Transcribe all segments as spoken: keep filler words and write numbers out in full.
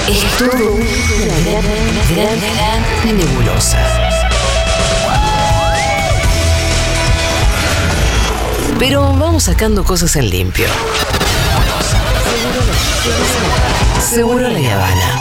Es todo una gran, gran, gran nebulosa. Pero vamos sacando cosas en limpio. Seguro la Habana.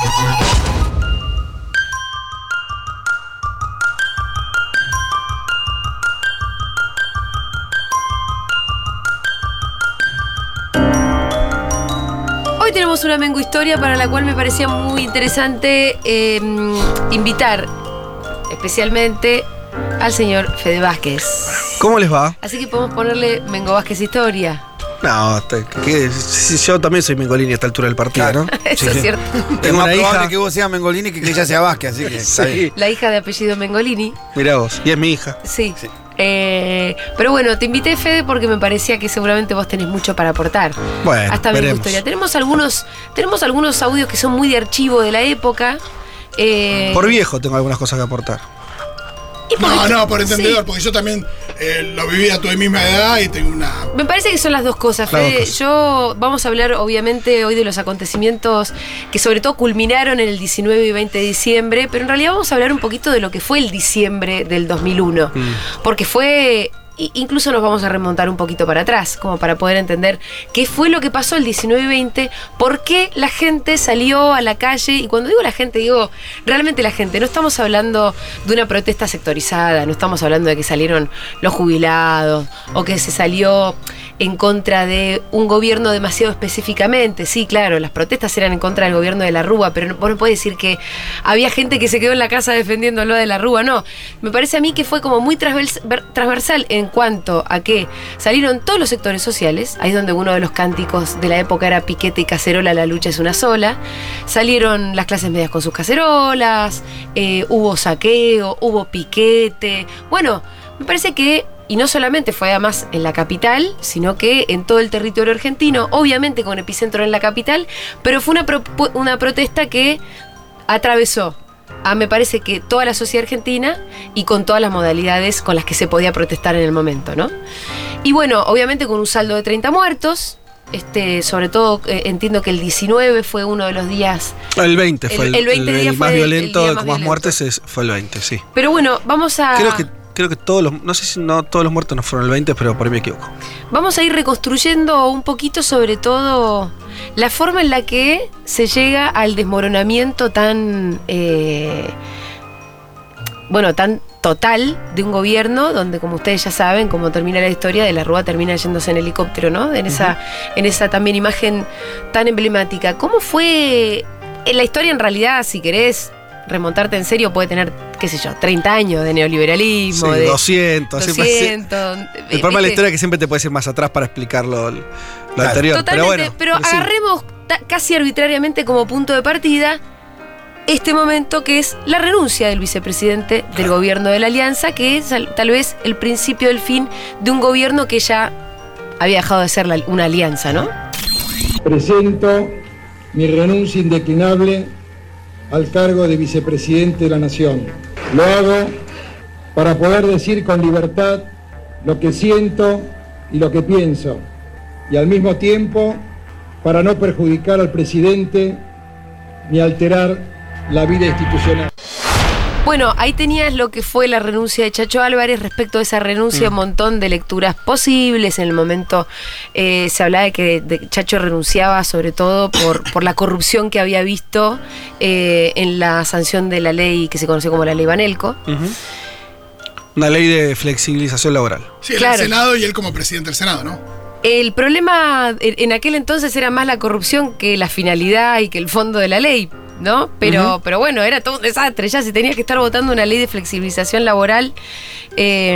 Hoy tenemos una Mengo Historia para la cual me parecía muy interesante eh, invitar especialmente al señor Fede Vázquez. ¿Cómo les va? Así que podemos ponerle Mengo Vázquez Historia. No, te, que, si yo también soy Mengolini a esta altura del partido, ¿no? Eso Sí. es cierto. Tengo más una probable hija. que vos seas Mengolini que que ella sea Vázquez, así que está bien. Sí. La hija de apellido Mengolini. Mirá vos, y es mi hija. Sí. Sí. Eh, pero bueno, te invité, Fede, porque me parecía que seguramente vos tenés mucho para aportar. Bueno, Hasta Mengo veremos. Historia. Tenemos algunos, tenemos algunos audios que son muy de archivo de la época. Eh, Por viejo tengo algunas cosas que aportar. y porque- No, no, por entendedor, Sí. porque yo también eh, lo viví a tu misma edad y tengo una. Me parece que son las dos cosas, Las dos Fede. cosas. Yo vamos a hablar obviamente hoy de los acontecimientos que sobre todo culminaron en el diecinueve y veinte de diciembre, pero en realidad vamos a hablar un poquito de lo que fue el diciembre del dos mil uno, Mm. porque fue... i- Incluso nos vamos a remontar un poquito para atrás, como para poder entender qué fue lo que pasó el diecinueve y veinte, por qué la gente salió a la calle. Y cuando digo la gente, digo realmente la gente. No estamos hablando de una protesta sectorizada, no estamos hablando de que salieron los jubilados o que se salió en contra de un gobierno demasiado específicamente. Sí, claro, las protestas eran en contra del gobierno de la Rúa, pero no, vos no podés decir que había gente que se quedó en la casa defendiéndolo de la Rúa, no. Me parece a mí que fue como muy transvers- ver- transversal en cuanto a que salieron todos los sectores sociales. Ahí es donde uno de los cánticos de la época era piquete y cacerola, la lucha es una sola. Salieron las clases medias con sus cacerolas, eh, hubo saqueo, hubo piquete. Bueno, me parece que, y no solamente fue además en la capital, sino que en todo el territorio argentino, obviamente con epicentro en la capital, pero fue una, pro- una protesta que atravesó a, me parece que toda la sociedad argentina y con todas las modalidades con las que se podía protestar en el momento, ¿no? Y bueno, obviamente con un saldo de treinta muertos. Este, sobre todo eh, entiendo que el diecinueve fue uno de los días. El veinte fue el, El- el veinte el- el día más fue el- violento, el día con más más violento. muertes es- fue el veinte, sí. Pero bueno, vamos a. Creo que, creo que todos los, no sé si no todos los muertos no fueron el veinte, pero por ahí me equivoco. Vamos a ir reconstruyendo un poquito sobre todo la forma en la que se llega al desmoronamiento tan, eh, bueno, tan total de un gobierno donde, como ustedes ya saben, como termina la historia, de la Rúa termina yéndose en helicóptero, ¿no? En esa, en esa también imagen tan emblemática. ¿Cómo fue en la historia en realidad, si querés remontarte en serio, puede tener, qué sé yo, treinta años de neoliberalismo, Sí, de doscientos. siempre- doscientos. el problema de la historia es que siempre te puedes ir más atrás para explicar lo, lo Claro. anterior. Totalmente, pero bueno, pero sí. agarremos ta- casi arbitrariamente como punto de partida este momento que es la renuncia del vicepresidente del gobierno de la Alianza, que es al- tal vez el principio del fin de un gobierno que ya había dejado de ser la- una alianza, ¿no? Presento mi renuncia indeclinable al cargo de vicepresidente de la Nación. Lo hago para poder decir con libertad lo que siento y lo que pienso, y al mismo tiempo para no perjudicar al presidente ni alterar la vida institucional. Bueno, ahí tenías lo que fue la renuncia de Chacho Álvarez. Respecto a esa renuncia, un montón de lecturas posibles. En el momento eh, se hablaba de que de Chacho renunciaba sobre todo por, por la corrupción que había visto eh, en la sanción de la ley que se conoció como la ley Banelco. Ujú. Una ley de flexibilización laboral. Sí, Claro. el Senado y él como presidente del Senado, ¿no? El problema en en aquel entonces era más la corrupción que la finalidad y que el fondo de la ley, ¿no? Pero, pero bueno, era todo un desastre. Ya se tenía que estar votando una ley de flexibilización laboral. eh,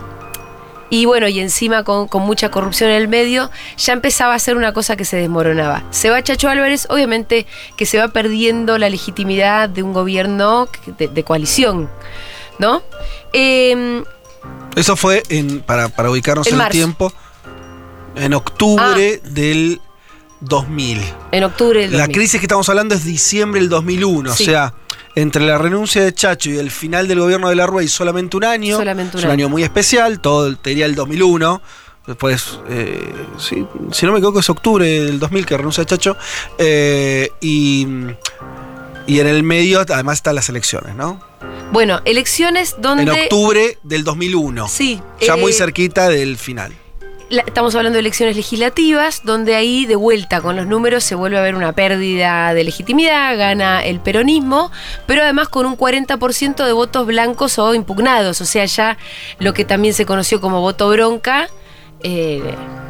y bueno, y encima con, con mucha corrupción en el medio, ya empezaba a ser una cosa que se desmoronaba. Se va Chacho Álvarez, obviamente que se va perdiendo la legitimidad de un gobierno de, de coalición, ¿no? Eh, Eso fue en, para, para ubicarnos En en, el marzo. tiempo, en octubre del dos mil. en octubre del La dos mil. crisis que estamos hablando es diciembre del dos mil uno, Sí. o sea, entre la renuncia de Chacho y el final del gobierno de la Rúa y solamente un año. Solamente un es un año. año muy especial, todo el- te diría el dos mil uno. Después, eh, sí, si no me equivoco, es octubre del dos mil que renuncia Chacho. Eh, y Y en el medio, además, están las elecciones, ¿no? Bueno, elecciones donde... En octubre del dos mil uno. Sí. Ya eh, muy cerquita del final. La- estamos hablando de elecciones legislativas, donde ahí de vuelta con los números se vuelve a ver una pérdida de legitimidad, gana el peronismo, pero además con un cuarenta por ciento de votos blancos o impugnados, o sea, ya lo que también se conoció como voto bronca, eh,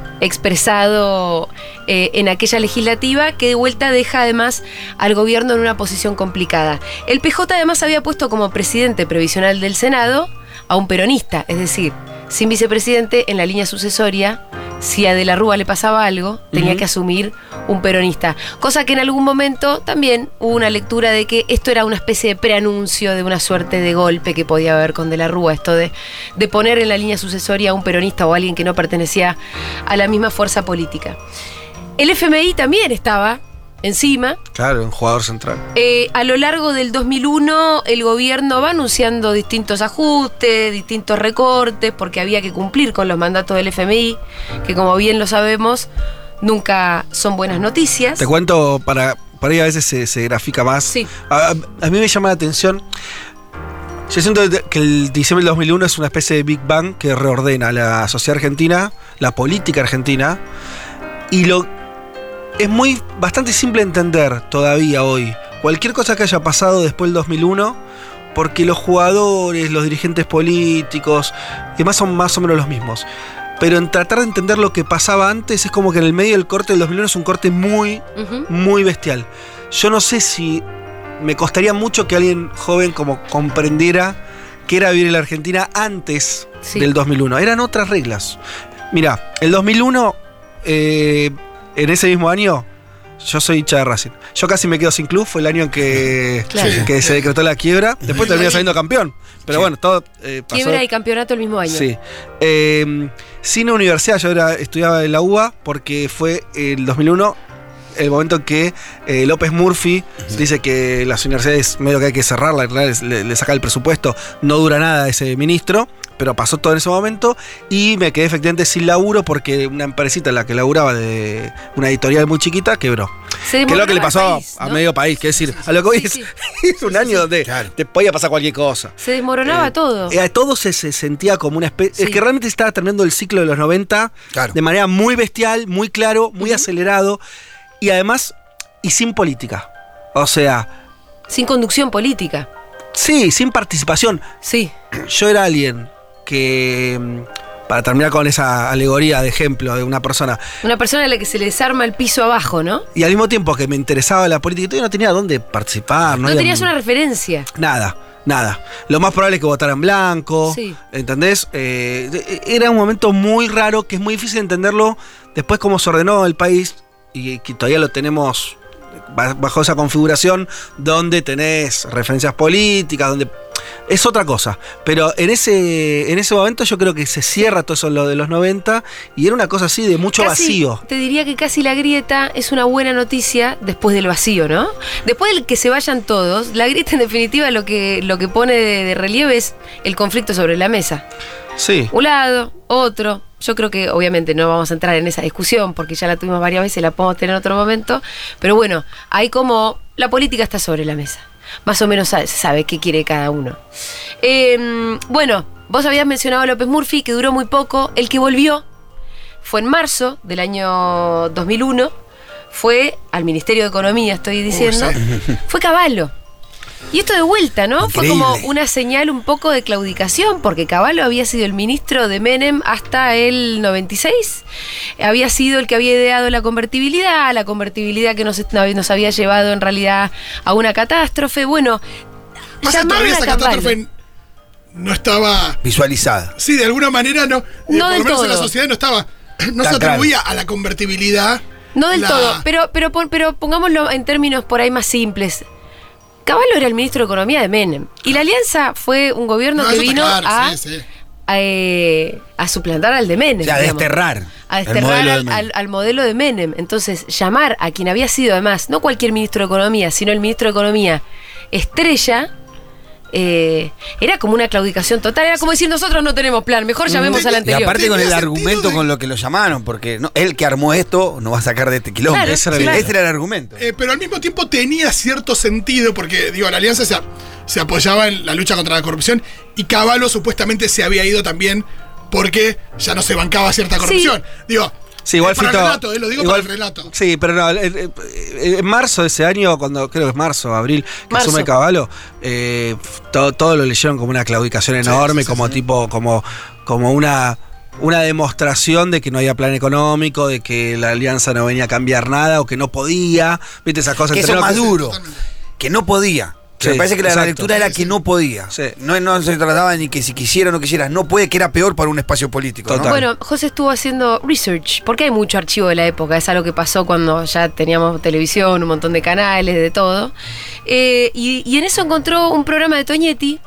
expresado eh, en aquella legislativa, que de vuelta deja además al gobierno en una posición complicada. El P J además había puesto como presidente previsional del Senado a un peronista, es decir, sin vicepresidente en la línea sucesoria, si a De la Rúa le pasaba algo, tenía Ujú. que asumir un peronista. Cosa que en algún momento también hubo una lectura de que esto era una especie de preanuncio de una suerte de golpe que podía haber con De la Rúa, esto de, de poner en la línea sucesoria a un peronista o a alguien que no pertenecía a la misma fuerza política. El F M I también estaba encima. Claro, un jugador central. Eh, a lo largo del dos mil uno el gobierno va anunciando distintos ajustes, distintos recortes, porque había que cumplir con los mandatos del F M I, que como bien lo sabemos, nunca son buenas noticias. Te cuento, para, para ahí a veces se, se grafica más. Sí. A, a mí me llama la atención. Yo siento que el diciembre del dos mil uno es una especie de Big Bang que reordena la sociedad argentina, la política argentina, y lo es muy bastante simple entender todavía hoy cualquier cosa que haya pasado después del dos mil uno, porque los jugadores, los dirigentes políticos, que más son más o menos los mismos. Pero en tratar de entender lo que pasaba antes, es como que en el medio del corte del dos mil uno es un corte muy, Ujú. muy bestial. Yo no sé si me costaría mucho que alguien joven como comprendiera qué era vivir en la Argentina antes Sí. del dos mil uno. Eran otras reglas. Mira, el dos mil uno, eh, en ese mismo año, yo soy hincha de Racing. Yo casi me quedo sin club, fue el año en que, Claro. que se decretó la quiebra. Después terminé saliendo campeón. Pero Sí. bueno, todo eh, pasó. Quiebra y campeonato el mismo año. Sí. Eh, sin universidad, yo era, estudiaba en la U B A porque fue el dos mil uno el momento en que eh, López Murphy dice que las universidades medio que hay que cerrarlas, le, le saca el presupuesto, no dura nada ese ministro, pero pasó todo en ese momento y me quedé efectivamente sin laburo porque una empresita en la que laburaba de una editorial muy chiquita quebró. Se Que es lo que le demoraba pasó el país, a ¿no? medio país, que es decir, a lo que hoy Sí, es, sí. es un año donde Claro. te podía pasar cualquier cosa. Se desmoronaba Eh, todo. eh, a todo se, se sentía como una especie. Sí. Es que realmente se estaba terminando el ciclo de los noventa Claro. de manera muy bestial, muy claro, muy acelerado y además, y sin política. O sea, Sin conducción política. sí, sin participación. Sí. Yo era alguien que, mm, para terminar con esa alegoría de ejemplo de una persona, Una persona a la que se le desarma el piso abajo, ¿no? y al mismo tiempo que me interesaba la política, todavía no tenía dónde participar. No, No, había- tenías una referencia. Nada, nada. Lo más probable es que votara en blanco. Sí. ¿Entendés? Eh, de- era un momento muy raro que es muy difícil entenderlo después cómo se ordenó el país y que todavía lo tenemos ba- bajo esa configuración donde tenés referencias políticas, donde es otra cosa. Pero en ese, en ese momento yo creo que se cierra todo eso lo de los noventa y era una cosa así de mucho Casi, vacío. Te diría que casi la grieta es una buena noticia después del vacío, ¿no? Después del que se vayan todos, la grieta en definitiva lo que, lo que pone de, de relieve es el conflicto sobre la mesa. Sí. Un lado, otro. Yo creo que obviamente no vamos a entrar en esa discusión porque ya la tuvimos varias veces, la podemos tener en otro momento. Pero bueno, hay como la política está sobre la mesa. Más o menos sabe- se sabe qué quiere cada uno. Eh, bueno, vos habías mencionado a López Murphy, que duró muy poco. El que volvió fue en marzo del año dos mil uno. Fue al Ministerio de Economía, estoy diciendo. sí. Fue Cavallo. Y esto de vuelta, ¿no? Fue Increíble. como una señal un poco de claudicación, porque Cavallo había sido el ministro de Menem hasta el noventa y seis. Había sido el que había ideado la convertibilidad, la convertibilidad que nos, nos había llevado en realidad a una catástrofe. Bueno, Pasa que llamaron todavía a esa Cavallo. catástrofe no estaba. Visualizada. Sí, de alguna manera no. eh, No por del lo menos en la todo. sociedad no estaba. No Tan se atribuía a la convertibilidad. No del la- todo, pero, pero, pon- pero pongámoslo en términos por ahí más simples. Cavallo era el ministro de Economía de Menem. Y la alianza fue un gobierno No, que eso está vino claro, a, sí, sí. a, eh, a suplantar al de Menem. O sea, a digamos. desterrar. A el desterrar modelo de al, Menem. al- al modelo de Menem. Entonces, llamar a quien había sido además, no cualquier ministro de Economía, sino el ministro de Economía estrella, Eh, era como una claudicación total, era como decir nosotros no tenemos plan, mejor llamemos al Y anterior. aparte con el Tenía argumento sentido de- con lo que lo llamaron, porque no, él que armó esto no va a sacar de este quilombo. Claro, ese, era, claro. ese era el argumento. Eh, pero al mismo tiempo tenía cierto sentido, porque, digo, la alianza se, se apoyaba en la lucha contra la corrupción y Cavallo supuestamente se había ido también porque ya no se bancaba cierta corrupción. Digo, Sí, igual eh, para Fito. el relato, eh, lo digo igual- para el relato. Sí, pero no, eh, eh, eh, en marzo de ese año, cuando creo que es marzo, abril, que Marzo. asume Cavallo, eh, todo, todo lo leyeron como una claudicación enorme, sí, sí, como sí. tipo, como, como una, una demostración de que no había plan económico, de que la alianza no venía a cambiar nada o que no podía. ¿Viste esas cosas? Que eso entre es más lo que- duro. Totalmente. Que no podía. Que Sí, me parece que la, la exacto. lectura era que no podía. Sí. No, no se trataba ni que si quisiera o no quisiera. No puede, que era peor para un espacio político. ¿no? Total. Bueno, José estuvo haciendo research, porque hay mucho archivo de la época, es algo que pasó cuando ya teníamos televisión, un montón de canales, de todo. Eh, y, y en eso encontró un programa de Toñetti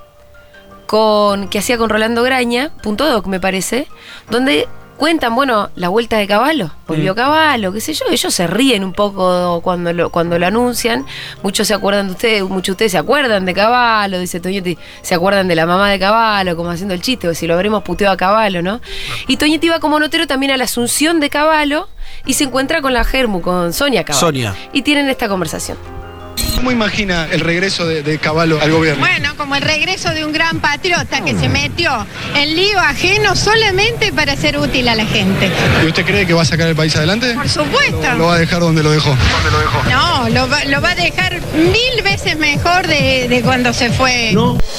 con, que hacía con Rolando Graña, punto doc me parece, donde cuentan, bueno, la vuelta de Cavallo, volvió Cavallo, qué sé yo, ellos se ríen un poco cuando lo, cuando lo anuncian, muchos se acuerdan de ustedes, muchos de ustedes se acuerdan de Cavallo, dice Toñetti, se acuerdan de la mamá de Cavallo, como haciendo el chiste, o si lo habremos puteado a Cavallo, ¿no? Y Toñetti va como notero también a la Asunción de Cavallo y se encuentra con la Germu, con Sonia Cavallo. Sonia. Y tienen esta conversación. ¿Cómo imagina el regreso de, de Cavallo al gobierno? Bueno, como el regreso de un gran patriota que se metió en lío ajeno solamente para ser útil a la gente. ¿Y usted cree que va a sacar el país adelante? Por supuesto. ¿Lo, lo va a dejar donde lo dejó? No, lo va, lo va a dejar mil veces mejor de, de cuando se fue.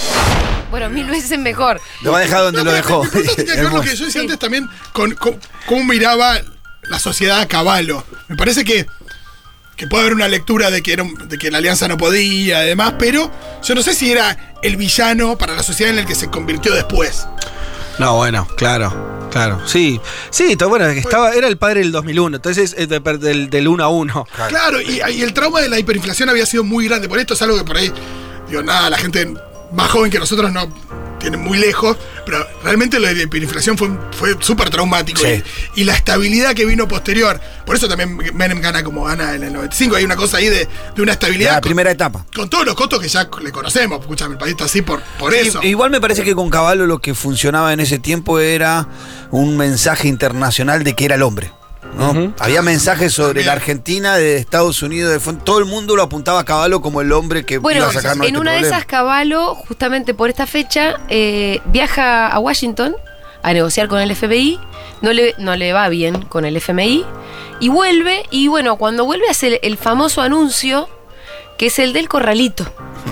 Bueno, mil veces mejor. Lo va a dejar donde No, lo pero dejó. me pronto tenía que ver lo que yo decía antes también con, con cómo miraba la sociedad a Cavallo. Me parece que, que puede haber una lectura de que, era un- de que la alianza no podía, además, pero yo no sé si era el villano para la sociedad en el que se convirtió después. No, bueno, claro, claro. Sí, sí, to- bueno, estaba, era el padre del dos mil uno, entonces eh, de- del, del uno a uno. Claro, y, y el trauma de la hiperinflación había sido muy grande. Por esto es algo que por ahí, digo, nada, la gente más joven que nosotros no tiene muy lejos, pero realmente lo de la hiperinflación fue, fue súper traumático. Sí. Y, y la estabilidad que vino posterior. Por eso también Menem gana como gana en el noventa y cinco. Hay una cosa ahí de, de una estabilidad. La con, primera etapa. con todos los costos que ya le conocemos. Escúchame, el país está así por, por eso. I- Igual me parece que con Cavallo lo que funcionaba en ese tiempo era un mensaje internacional de que era el hombre. ¿no? Ujú. Había mensajes sobre También. la Argentina, de Estados Unidos, de fon- todo el mundo lo apuntaba a Cavallo como el hombre que Bueno, iba a sacarnos en este una de problema. esas Cavallo, justamente por esta fecha, eh, viaja a Washington a negociar con el F B I, no le, no le va bien con el F M I, y vuelve, y bueno, cuando vuelve hace el, el famoso anuncio, que es el del corralito.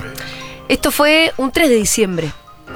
Esto fue un tres de diciembre.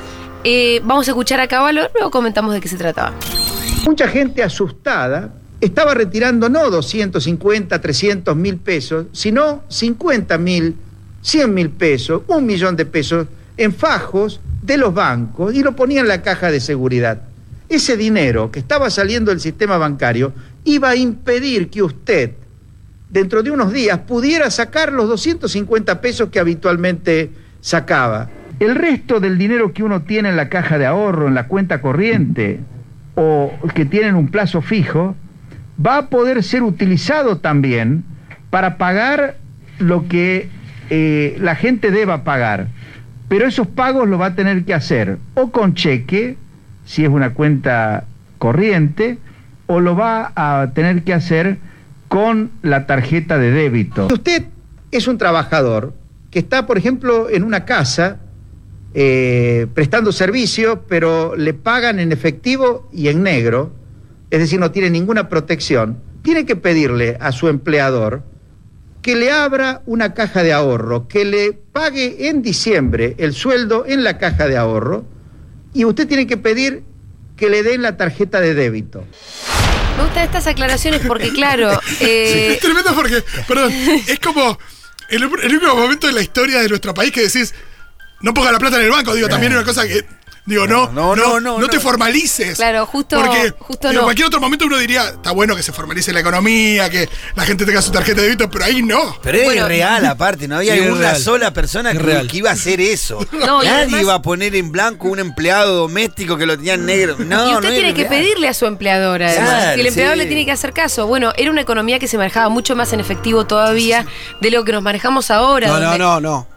Eh, vamos a escuchar a Cavallo, luego comentamos de qué se trataba. Mucha gente asustada estaba retirando no doscientos cincuenta, trescientos mil pesos, sino cincuenta mil, cien mil pesos, un millón de pesos en fajos de los bancos y lo ponía en la caja de seguridad. Ese dinero que estaba saliendo del sistema bancario iba a impedir que usted, dentro de unos días, pudiera sacar los doscientos cincuenta pesos que habitualmente sacaba. El resto del dinero que uno tiene en la caja de ahorro, en la cuenta corriente, o que tienen un plazo fijo, va a poder ser utilizado también para pagar lo que eh, la gente deba pagar. Pero esos pagos lo va a tener que hacer o con cheque, si es una cuenta corriente, o lo va a tener que hacer con la tarjeta de débito. Usted es un trabajador que está, por ejemplo, en una casa eh, prestando servicio, pero le pagan en efectivo y en negro, es decir, no tiene ninguna protección, tiene que pedirle a su empleador que le abra una caja de ahorro, que le pague en diciembre el sueldo en la caja de ahorro, y usted tiene que pedir que le den la tarjeta de débito. Me gustan estas aclaraciones porque, claro, eh, Es tremendo porque, perdón, es como el, el único momento de la historia de nuestro país que decís, no ponga la plata en el banco. Digo, también es una cosa que, digo, no, No, no, no, no, te no. formalices. Claro, justo- Porque justo digo, no. en cualquier otro momento uno diría, está bueno que se formalice la economía, que la gente tenga su tarjeta de débito, pero ahí no. Pero es Bueno, real aparte, no había es una real. sola persona Es que, real. que iba a hacer eso. No, y Nadie además- iba a poner en blanco un empleado doméstico que lo tenía en negro. No, y usted no tiene es que real. pedirle a su empleador, además. Claro, y el empleador sí. le tiene que hacer caso. Bueno, era una economía que se manejaba mucho más en efectivo todavía de lo que nos manejamos ahora. No, no, donde- no, no.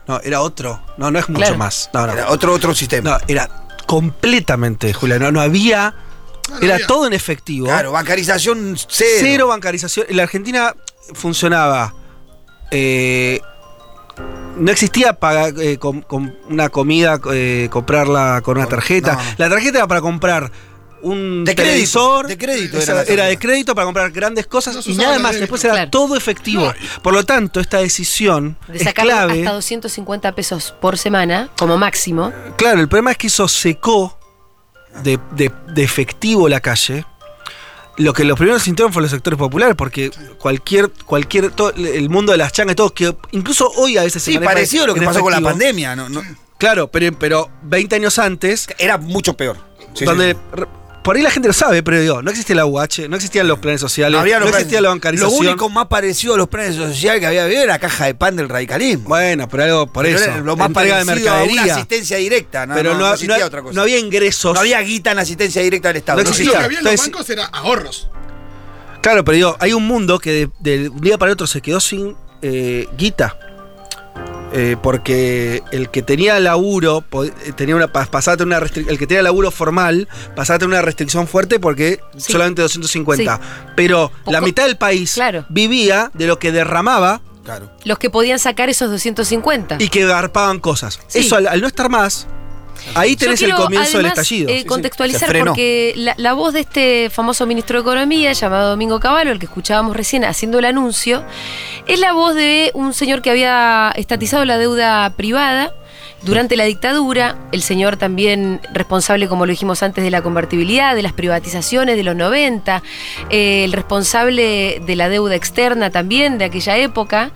No, era otro. No, no es mucho Claro. más. No, no. Era otro, otro sistema. No, era completamente, Julián. No, no había. No, no Era había. todo en efectivo. Claro, bancarización cero. Cero bancarización. En la Argentina funcionaba. eh, no existía pagar, eh, con, con una comida, eh, comprarla con una Con- tarjeta. no. La tarjeta era para comprar un De crédito, televisor. de crédito Esa- era la era de tarjeta. crédito para comprar grandes cosas No se y usaba nada la más. débito. Después era Claro. todo efectivo. No, Por lo tanto, esta decisión De es sacar clave. hasta doscientos cincuenta pesos por semana, como máximo. Claro, el problema es que eso secó de, de- de efectivo la calle. Lo que los primeros sintieron fueron los sectores populares, porque cualquier, cualquier, todo el mundo de las changas y todo, que incluso hoy a veces se Sí, maneja parecido a lo que en pasó con la efectivo. pandemia. No, no, Claro, pero, pero veinte años antes, era mucho peor. Sí, donde sí. re- por ahí la gente lo sabe, pero digo, no existía la U H, no existían los planes sociales, no, había los planes- existía la bancarización. Lo único más parecido a los planes sociales que había habido era la caja de pan del radicalismo. Bueno, pero algo por Pero eso. era lo más entrega de parecido a una mercadería. asistencia directa. No, pero no, no, no no- existía otra cosa. no había ingresos. No había guita en asistencia directa del Estado. No No Lo que existía. existía. había en los Entonces- bancos era ahorros. Claro, pero digo, hay un mundo que de, de un día para el otro se quedó sin eh, guita. Eh, porque el que tenía laburo pod- eh, tenía una pas- pasaba a tener una restric- el que tenía laburo formal pasaba a tener una restricción fuerte porque Sí. solamente doscientos cincuenta. Sí. Pero la Poco- mitad del país Claro. vivía de lo que derramaba Claro. Los que podían sacar esos doscientos cincuenta. y que garpaban cosas. Sí. Eso al, al no estar más, ahí Yo tenés el quiero, comienzo del además, estallido. eh, Sí, sí. contextualizar Se frenó. porque la, la voz de este famoso ministro de Economía llamado Domingo Cavallo, el que escuchábamos recién haciendo el anuncio, es la voz de un señor que había estatizado la deuda privada durante la dictadura, el señor también responsable, como lo dijimos antes, de la convertibilidad, de las privatizaciones de los noventa, eh, el responsable de la deuda externa también de aquella época,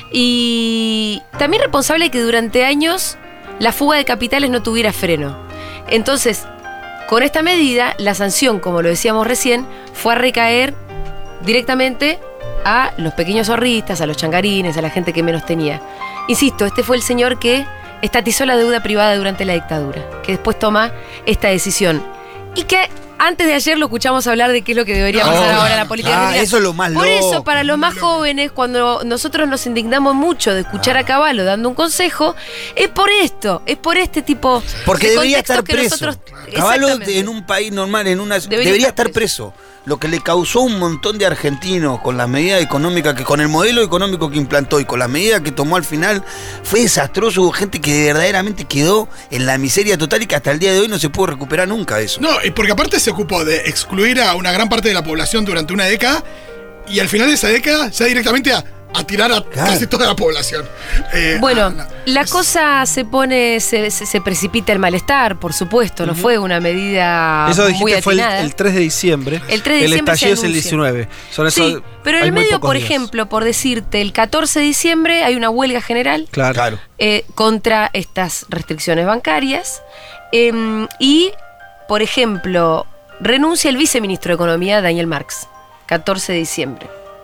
y también responsable de que durante años la fuga de capitales no tuviera freno. Entonces, con esta medida, la sanción, como lo decíamos recién, fue a recaer directamente a los pequeños ahorristas, a los changarines, a la gente que menos tenía. Insisto, este fue el señor que estatizó la deuda privada durante la dictadura, que después toma esta decisión. Y que antes de ayer lo escuchamos hablar de qué es lo que debería pasar Oh, ahora en la política ah, argentina. eso es lo más Por loco. eso, para los más jóvenes, cuando nosotros nos indignamos mucho de escuchar a Cavallo dando un consejo, es por esto, es por este tipo Porque de debería contextos estar que preso. nosotros- Cavallo Exactamente. en un país normal, en una Debería debería, estar estar preso. Lo que le causó a un montón de argentinos con las medidas económicas, que con el modelo económico que implantó y con las medidas que tomó al final, fue desastroso. Hubo gente que verdaderamente quedó en la miseria total y que hasta el día de hoy no se pudo recuperar nunca de eso. No, y porque aparte se ocupó de excluir a una gran parte de la población durante una década y al final de esa década ya directamente a, a tirar a Claro. casi toda la población. Eh, Bueno, ah, no. la Es- cosa se pone, se, se- se precipita el malestar, por supuesto, no fue una medida Eso muy dijiste fue el, atinada. el tres de diciembre. El tres de El diciembre se estallido es el anuncia. diecinueve. Son esos- Sí, pero en hay el muy medio, pocos por días. ejemplo, por decirte, el catorce de diciembre hay una huelga general Claro. Claro. eh, contra estas restricciones bancarias em, y, por ejemplo, renuncia el viceministro de Economía, Daniel Marx, catorce de diciembre.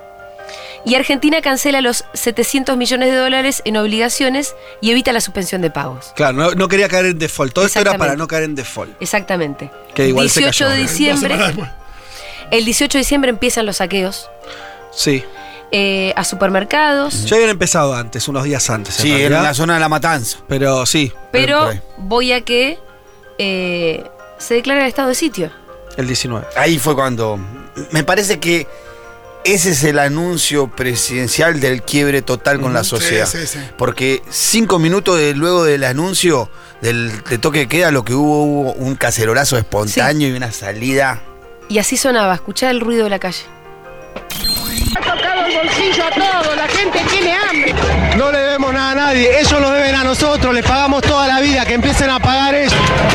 Y Argentina cancela los setecientos millones de dólares en obligaciones y evita la suspensión de pagos. Claro, no, no quería caer en default. Todo esto era para Exactamente. no caer en default. Exactamente. Que igual se dieciocho cayó. de Dos semanas diciembre, después. el dieciocho de diciembre empiezan los saqueos Sí. eh, a supermercados, Ya habían empezado antes, unos días antes. en Sí, en realidad. la zona de la matanza. Pero sí, por pero ahí. voy a que eh, se declara el estado de sitio. el diecinueve. Ahí fue cuando. Me parece que ese es el anuncio presidencial del quiebre total con la sociedad. Sí, sí, sí. Porque cinco minutos de- luego del anuncio del de toque de queda, lo que hubo, hubo un cacerolazo espontáneo y una salida. Y así sonaba, escuchar el ruido de la calle. No le debemos nada a nadie, ellos lo deben a nosotros, les pagamos toda la vida, que empiecen a pagar ellos.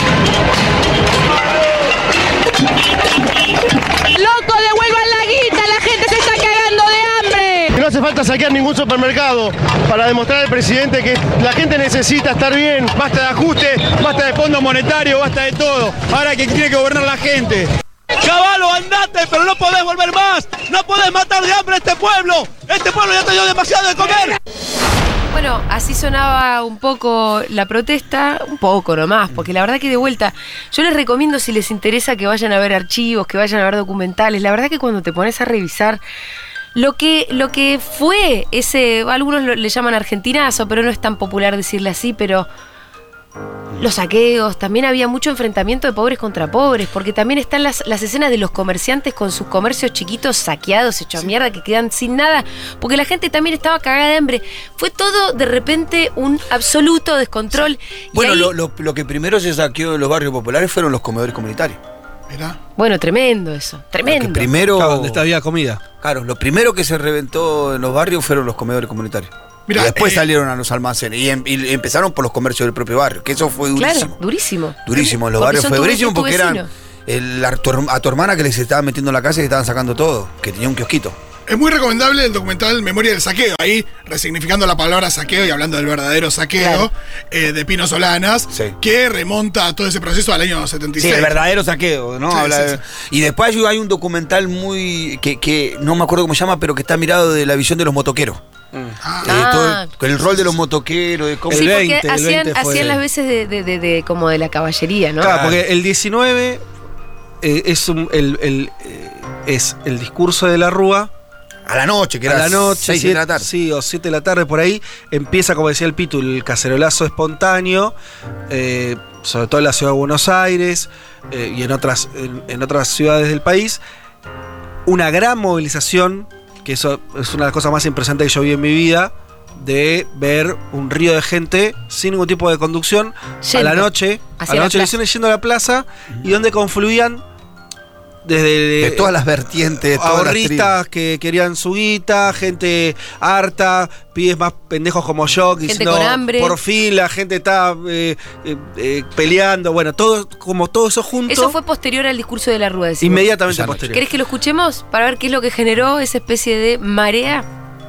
¡Loco, devuelvan la guita! ¡La gente se está cagando de hambre! No hace falta saquear ningún supermercado para demostrar al presidente que la gente necesita estar bien. Basta de ajuste, basta de fondo monetario, basta de todo. Ahora que tiene que gobernar la gente. Cavallo, andate, pero no podés volver más. No podés matar de hambre a este pueblo. Este pueblo ya te dio demasiado de comer. Bueno, así sonaba un poco la protesta, un poco nomás, porque la verdad que de vuelta, yo les recomiendo si les interesa que vayan a ver archivos, que vayan a ver documentales. La verdad que cuando te pones a revisar Lo que, lo que fue ese, algunos lo- le llaman argentinazo, pero no es tan popular decirle así, pero los saqueos, también había mucho enfrentamiento de pobres contra pobres, porque también están las, las escenas de los comerciantes con sus comercios chiquitos saqueados, hechos a mierda, que quedan sin nada, porque la gente también estaba cagada de hambre. Fue todo de repente un absoluto descontrol. Y Bueno, ahí- lo, lo- lo que primero se saqueó de los barrios populares fueron los comedores comunitarios. Mirá. Bueno, tremendo eso, tremendo. Lo que primero, Claro, donde había comida. claro, lo primero que se reventó en los barrios fueron los comedores comunitarios. Mirá, y después eh, salieron a los almacenes y, em- y empezaron por los comercios del propio barrio, que eso fue durísimo. Claro, durísimo. Durísimo, en los Porque barrios son fue tu- durísimo son tu porque eran vecino. el, a, tu, herm- a tu hermana que les estaba metiendo en la casa y le estaban sacando todo, que tenía un kiosquito. Es muy recomendable el documental Memoria del Saqueo, ahí resignificando la palabra saqueo y hablando del verdadero saqueo, Claro. eh, de Pino Solanas, Sí. que remonta a todo ese proceso al año setenta y Sí, seis. el verdadero saqueo, ¿no? Sí, Habla sí, de- sí. Y después hay un documental muy. Que, que no me acuerdo cómo se llama, pero que está mirado de la visión de los motoqueros. Ah, Eh, todo el, con el rol de los motoqueros, de cómo. Sí, El porque veinte, el hacían, veinte fue- hacían las veces de, de, de, de- como de la caballería, ¿no? Claro, porque el diecinueve eh, es, un- el, el, eh, es el discurso de la Rúa. A la noche, que A era la noche, seis de la tarde. Sí, o siete de la tarde por ahí. Empieza, como decía el Pitu, el cacerolazo espontáneo, eh, sobre todo en la ciudad de Buenos Aires eh, y en otras, en, en otras ciudades del país. Una gran movilización, que eso es una de las cosas más impresionantes que yo vi en mi vida, de ver un río de gente sin ningún tipo de conducción Yendo a la noche, hacia a la la noche plaza. elecciones yendo a la plaza y donde confluían desde De todas las vertientes, de todas las ahorristas que querían su guita, gente harta, pibes más pendejos como yo, que Gente diciendo, con hambre. por fin la gente está eh, eh, eh, peleando, bueno, todo, como todo eso junto, Eso fue posterior al discurso de la Rúa. decimos. inmediatamente Esa noche. posterior. ¿Querés que lo escuchemos para ver qué es lo que generó esa especie de marea?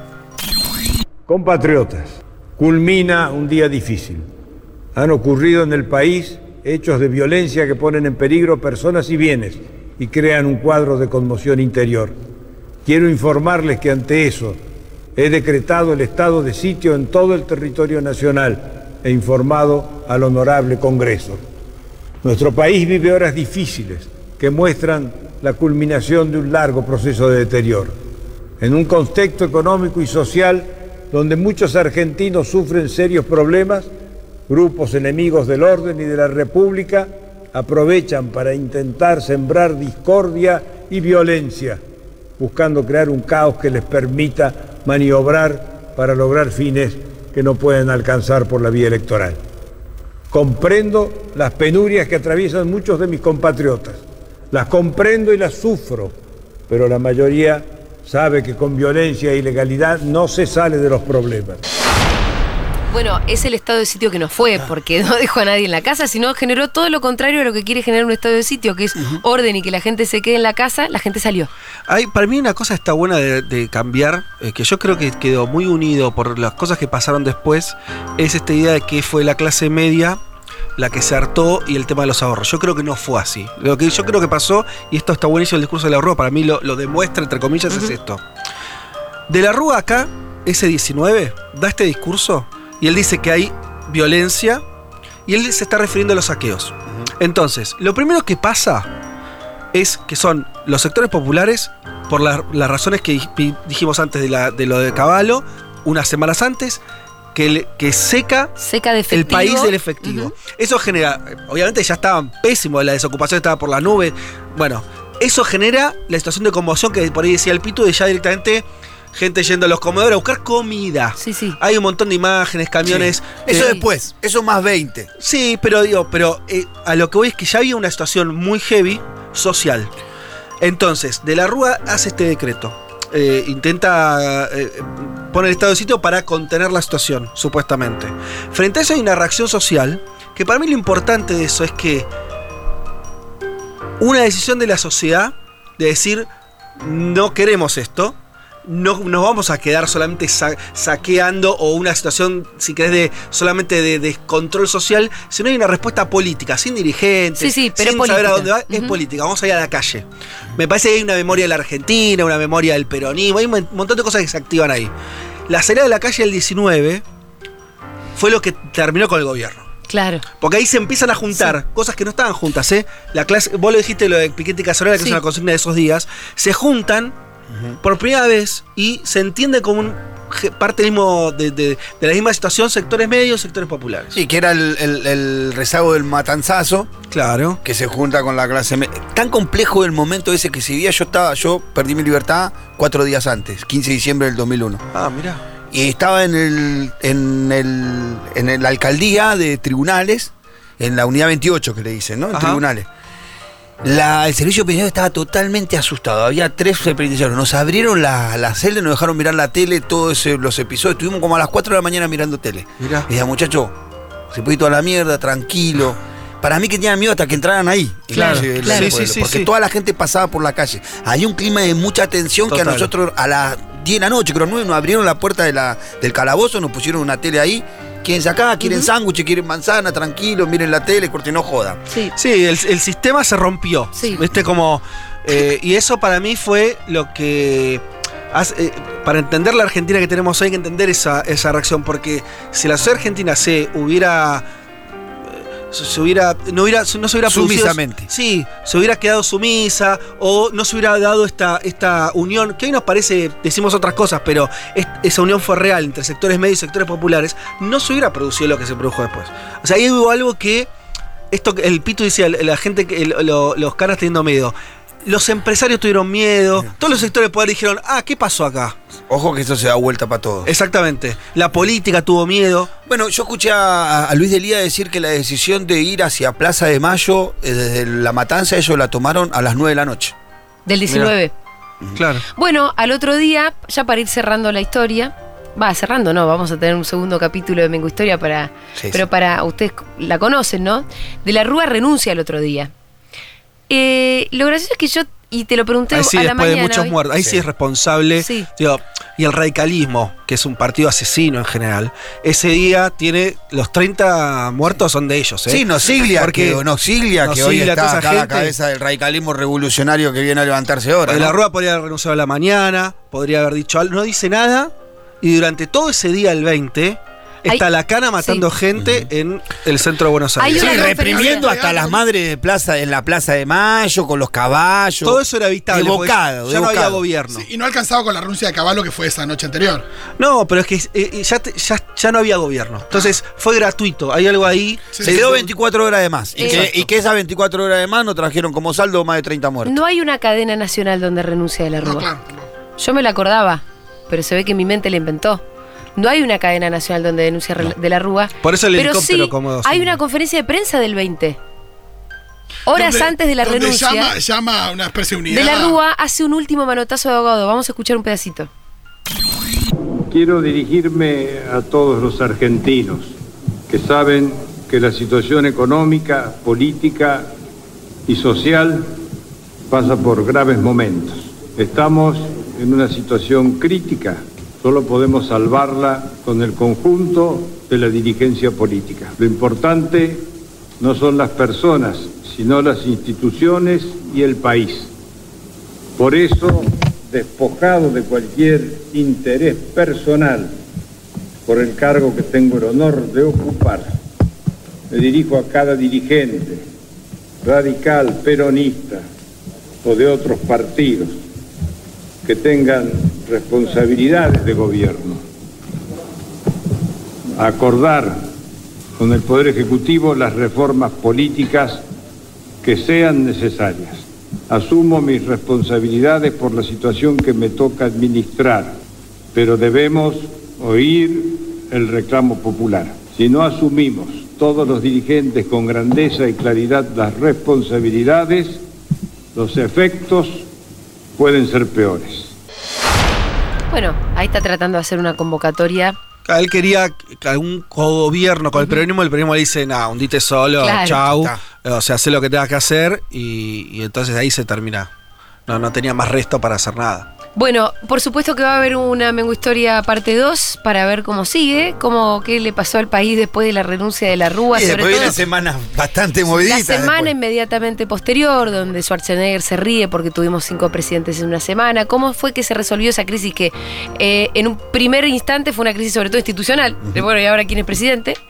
Compatriotas, culmina un día difícil. Han ocurrido en el país hechos de violencia que ponen en peligro personas y bienes y crean un cuadro de conmoción interior. Quiero informarles que ante eso he decretado el estado de sitio en todo el territorio nacional e informado al honorable Congreso. Nuestro país vive horas difíciles que muestran la culminación de un largo proceso de deterioro. En un contexto económico y social donde muchos argentinos sufren serios problemas, grupos enemigos del orden y de la República aprovechan para intentar sembrar discordia y violencia, buscando crear un caos que les permita maniobrar para lograr fines que no pueden alcanzar por la vía electoral. Comprendo las penurias que atraviesan muchos de mis compatriotas, las comprendo y las sufro, pero la mayoría sabe que con violencia e ilegalidad no se sale de los problemas. Bueno, es el estado de sitio que no fue, porque no dejó a nadie en la casa, sino generó todo lo contrario a lo que quiere generar un estado de sitio, que es orden y que la gente se quede en la casa. La gente salió. Hay, para mí una cosa está buena de, de cambiar, eh, que yo creo que quedó muy unido por las cosas que pasaron después, es esta idea de que fue la clase media la que se hartó y el tema de los ahorros. Yo creo que no fue así. Lo que yo creo que pasó, y esto está buenísimo el discurso de la Rúa, para mí lo, lo demuestra, entre comillas, uh-huh. es esto. De la Rúa acá, ese diecinueve, da este discurso y él dice que hay violencia y él se está refiriendo a los saqueos. Uh-huh. Entonces, lo primero que pasa es que son los sectores populares, por la, las razones que dijimos antes de, la, de lo de Caballo, unas semanas antes, que, le, que seca, seca de efectivo. El país del efectivo. Uh-huh. Eso genera, obviamente ya estaban pésimos, la desocupación estaba por la nube. Bueno, eso genera la situación de conmoción que por ahí decía el Pitu, de ya directamente gente yendo a los comedores a buscar comida. Sí, sí. Hay un montón de imágenes, camiones. Sí. Eso eh, después, eso más veinte. Sí, pero digo, pero eh, a lo que voy es que ya había una situación muy heavy social. Entonces, De la Rúa hace este decreto. Eh, intenta eh, poner el estado de sitio para contener la situación, supuestamente. Frente a eso hay una reacción social, que para mí lo importante de eso es que una decisión de la sociedad de decir, no queremos esto, no nos vamos a quedar solamente sa- saqueando o una situación, si querés, de solamente de descontrol social, sino hay una respuesta política, sin dirigentes, sí, sí, pero sin política. saber a dónde va, Uh-huh. es política, vamos a ir a la calle. Me parece que hay una memoria de la Argentina, una memoria del peronismo, hay un montón de cosas que se activan ahí. La salida de la calle del diecinueve fue lo que terminó con el gobierno. Claro. Porque ahí se empiezan a juntar sí. cosas que no estaban juntas, ¿eh? La clase, vos lo dijiste lo de Piquete y Cacerola, que sí. es una consigna de esos días. Se juntan uh-huh. por primera vez y se entiende como un parte mismo de, de, de la misma situación, sectores medios, sectores populares. Sí, que era el, el, el rezago del matanzazo. Claro. Que se junta con la clase media. Tan complejo el momento ese que se vivía. Yo estaba, yo perdí mi libertad cuatro días antes, quince de diciembre del dos mil uno. Ah, mirá. Y estaba en el, en el, en la alcaldía de tribunales, en la unidad veintiocho que le dicen, ¿no? En Ajá. tribunales. La, el servicio penitenciario estaba totalmente asustado. Había tres penitenciarios. Nos abrieron la, la celda, nos dejaron mirar la tele, todos los episodios. Estuvimos como a las cuatro de la mañana mirando tele. Mirá. Y decía, muchacho, se puede ir toda la mierda, tranquilo. Para mí que tenían miedo hasta que entraran ahí. Claro, el, el, claro. el Sí, pueblo, sí, porque sí. toda la gente pasaba por la calle. Hay un clima de mucha tensión. Total. Que a nosotros a las diez de la noche, creo nueve, nos abrieron la puerta de la, del calabozo, nos pusieron una tele ahí. Quédense acá, quieren uh-huh. sándwiches, quieren manzana, tranquilo, miren la tele, corte, no joda. Sí, sí el, el sistema se rompió. Sí. ¿Viste? Como, eh, y eso para mí fue lo que... Hace, eh, para entender la Argentina que tenemos hoy hay que entender esa, esa reacción, porque si la sociedad argentina se hubiera... Se hubiera, no, hubiera, no se hubiera sumisamente. Producido, sí, se hubiera quedado sumisa o no se hubiera dado esta, esta unión, que hoy nos parece, decimos otras cosas, pero es, esa unión fue real entre sectores medios y sectores populares, no se hubiera producido lo que se produjo después. O sea, ahí hubo algo que, esto el Pitu decía, la gente, el, lo, los caras teniendo miedo. Los empresarios tuvieron miedo, todos los sectores de poder dijeron, ah, ¿qué pasó acá? Ojo que eso se da vuelta para todos. Exactamente. La política tuvo miedo. Bueno, yo escuché a, a Luis Delía decir que la decisión de ir hacia Plaza de Mayo, eh, desde La Matanza, ellos la tomaron a las nueve de la noche. Del diecinueve. Mirá. Claro. Bueno, al otro día, ya para ir cerrando la historia, va, cerrando no, vamos a tener un segundo capítulo de Mengo Historia para, sí, pero sí. para, ustedes la conocen, ¿no? De la Rúa renuncia al otro día. Eh, lo gracioso es que yo, y te lo pregunté ahí sí, a la después mañana. de muchos hoy. muertos, ahí sí, sí es responsable. Sí. Digo, y el radicalismo, que es un partido asesino en general, ese día tiene los treinta muertos son de ellos, ¿eh? Sí, Nosiglia, porque que, Nosiglia, que hoy está acá a la cabeza del radicalismo revolucionario que viene a levantarse ahora. De ¿no? la Rúa podría haber renunciado a la mañana, podría haber dicho algo, no dice nada, y durante todo ese día, el veinte, está la cana matando sí. gente uh-huh. en el centro de Buenos Aires. Sí, reprimiendo hasta las madres de plaza, en la Plaza de Mayo, con los caballos. Todo eso era evitable. Evocado, ya evocado. no había gobierno. Sí, y no alcanzaba con la renuncia de Caballo que fue esa noche anterior. No, pero es que eh, ya, te, ya, ya no había gobierno. Entonces fue gratuito. Hay algo ahí. Sí, se quedó veinticuatro horas de más. Y que, y que esas veinticuatro horas de más nos trajeron como saldo más de treinta muertos. No hay una cadena nacional donde renuncia de la Rúa. No, claro, no. Yo me la acordaba, pero se ve que mi mente la inventó. No hay una cadena nacional donde denuncia no. de la Rúa. Por eso el pero helicóptero sí cómodo. Hay una conferencia de prensa del veinte. Horas donde, antes de la donde renuncia. Llama, llama a una especie de unidad. De la Rúa hace un último manotazo de abogado. Vamos a escuchar un pedacito. Quiero dirigirme a todos los argentinos que saben que la situación económica, política y social pasa por graves momentos. Estamos en una situación crítica. Solo podemos salvarla con el conjunto de la dirigencia política. Lo importante no son las personas, sino las instituciones y el país. Por eso, despojado de cualquier interés personal por el cargo que tengo el honor de ocupar, me dirijo a cada dirigente, radical, peronista o de otros partidos, que tengan responsabilidades de gobierno, acordar con el Poder Ejecutivo las reformas políticas que sean necesarias. Asumo mis responsabilidades por la situación que me toca administrar, pero debemos oír el reclamo popular. Si no asumimos todos los dirigentes con grandeza y claridad las responsabilidades, los efectos pueden ser peores. Bueno, ahí está tratando de hacer una convocatoria. Él quería algún gobierno con el peronismo, el peronismo le dice, nah, hundite solo, claro. chau, o sea, hacé lo que tengas que hacer y, y entonces ahí se termina. No, no tenía más resto para hacer nada. Bueno, por supuesto que va a haber una Mengo Historia parte dos para ver cómo sigue, cómo qué le pasó al país después de la renuncia de la Rúa. Y sobre después todo vienen semanas bastante moviditas. La semana después. inmediatamente posterior, donde Schwarzenegger se ríe porque tuvimos cinco presidentes en una semana. ¿Cómo fue que se resolvió esa crisis que eh, en un primer instante fue una crisis sobre todo institucional? Uh-huh. De, bueno, ¿y ahora quién es presidente?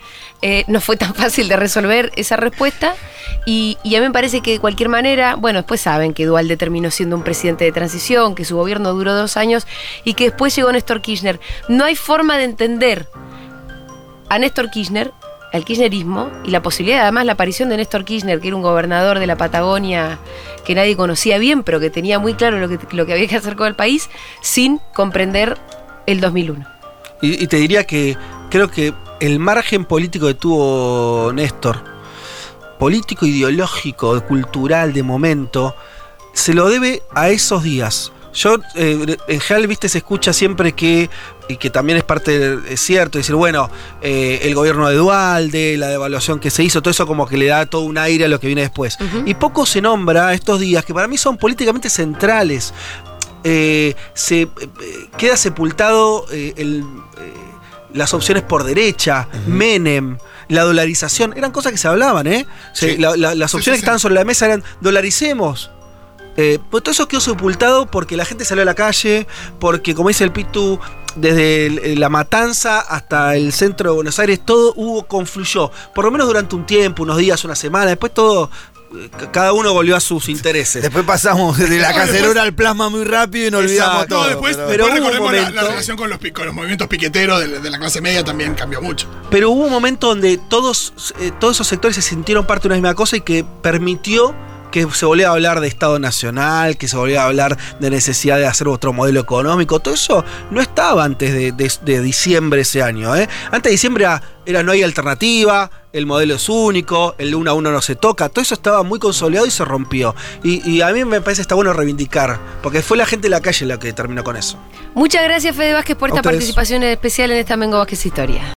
eh, no fue tan fácil de resolver esa respuesta. Y, y a mí me parece que de cualquier manera, bueno, después saben que Duhalde terminó siendo un presidente de transición, que su gobierno duró dos años y que después llegó Néstor Kirchner. No hay forma de entender a Néstor Kirchner, el kirchnerismo, y la posibilidad, además la aparición de Néstor Kirchner, que era un gobernador de la Patagonia que nadie conocía bien, pero que tenía muy claro lo que, lo que había que hacer con el país, sin comprender el dos mil uno. Y, y te diría que creo que el margen político que tuvo Néstor, político, ideológico, cultural, de momento, se lo debe a esos días. Yo, eh, en general, viste, se escucha siempre que, y que también es parte, es cierto, decir, bueno, eh, el gobierno de Duhalde, la devaluación que se hizo, todo eso como que le da todo un aire a lo que viene después. Uh-huh. Y poco se nombra estos días, que para mí son políticamente centrales. Eh, se eh, queda sepultado eh, el, eh, las opciones por derecha, uh-huh. Menem, la dolarización, eran cosas que se hablaban, ¿eh? O sea, sí. la, la, las opciones sí, sí, sí. que estaban sobre la mesa eran dolaricemos. Eh, pues todo eso quedó sepultado porque la gente salió a la calle, porque, como dice el Pitu, desde el, la Matanza hasta el centro de Buenos Aires, todo hubo, confluyó, por lo menos durante un tiempo, unos días, una semana, después todo, cada uno volvió a sus intereses. Después pasamos de la cacerola al plasma muy rápido y nos olvidamos Exacto. todo. No, después, pero pero pero después hubo un recordemos momento, la, la relación con los, con los movimientos piqueteros de, de la clase media también cambió mucho. Pero hubo un momento donde todos, eh, todos esos sectores se sintieron parte de una misma cosa y que permitió que se volviera a hablar de Estado Nacional, que se volviera a hablar de necesidad de hacer otro modelo económico. Todo eso no estaba antes de, de, de diciembre ese año, ¿eh? Antes de diciembre era, era no hay alternativa, el modelo es único, el uno a uno no se toca. Todo eso estaba muy consolidado y se rompió. Y, y a mí me parece que está bueno reivindicar, porque fue la gente de la calle la que terminó con eso. Muchas gracias, Fede Vázquez, por esta ustedes. participación especial en esta Mengo Vázquez Historia.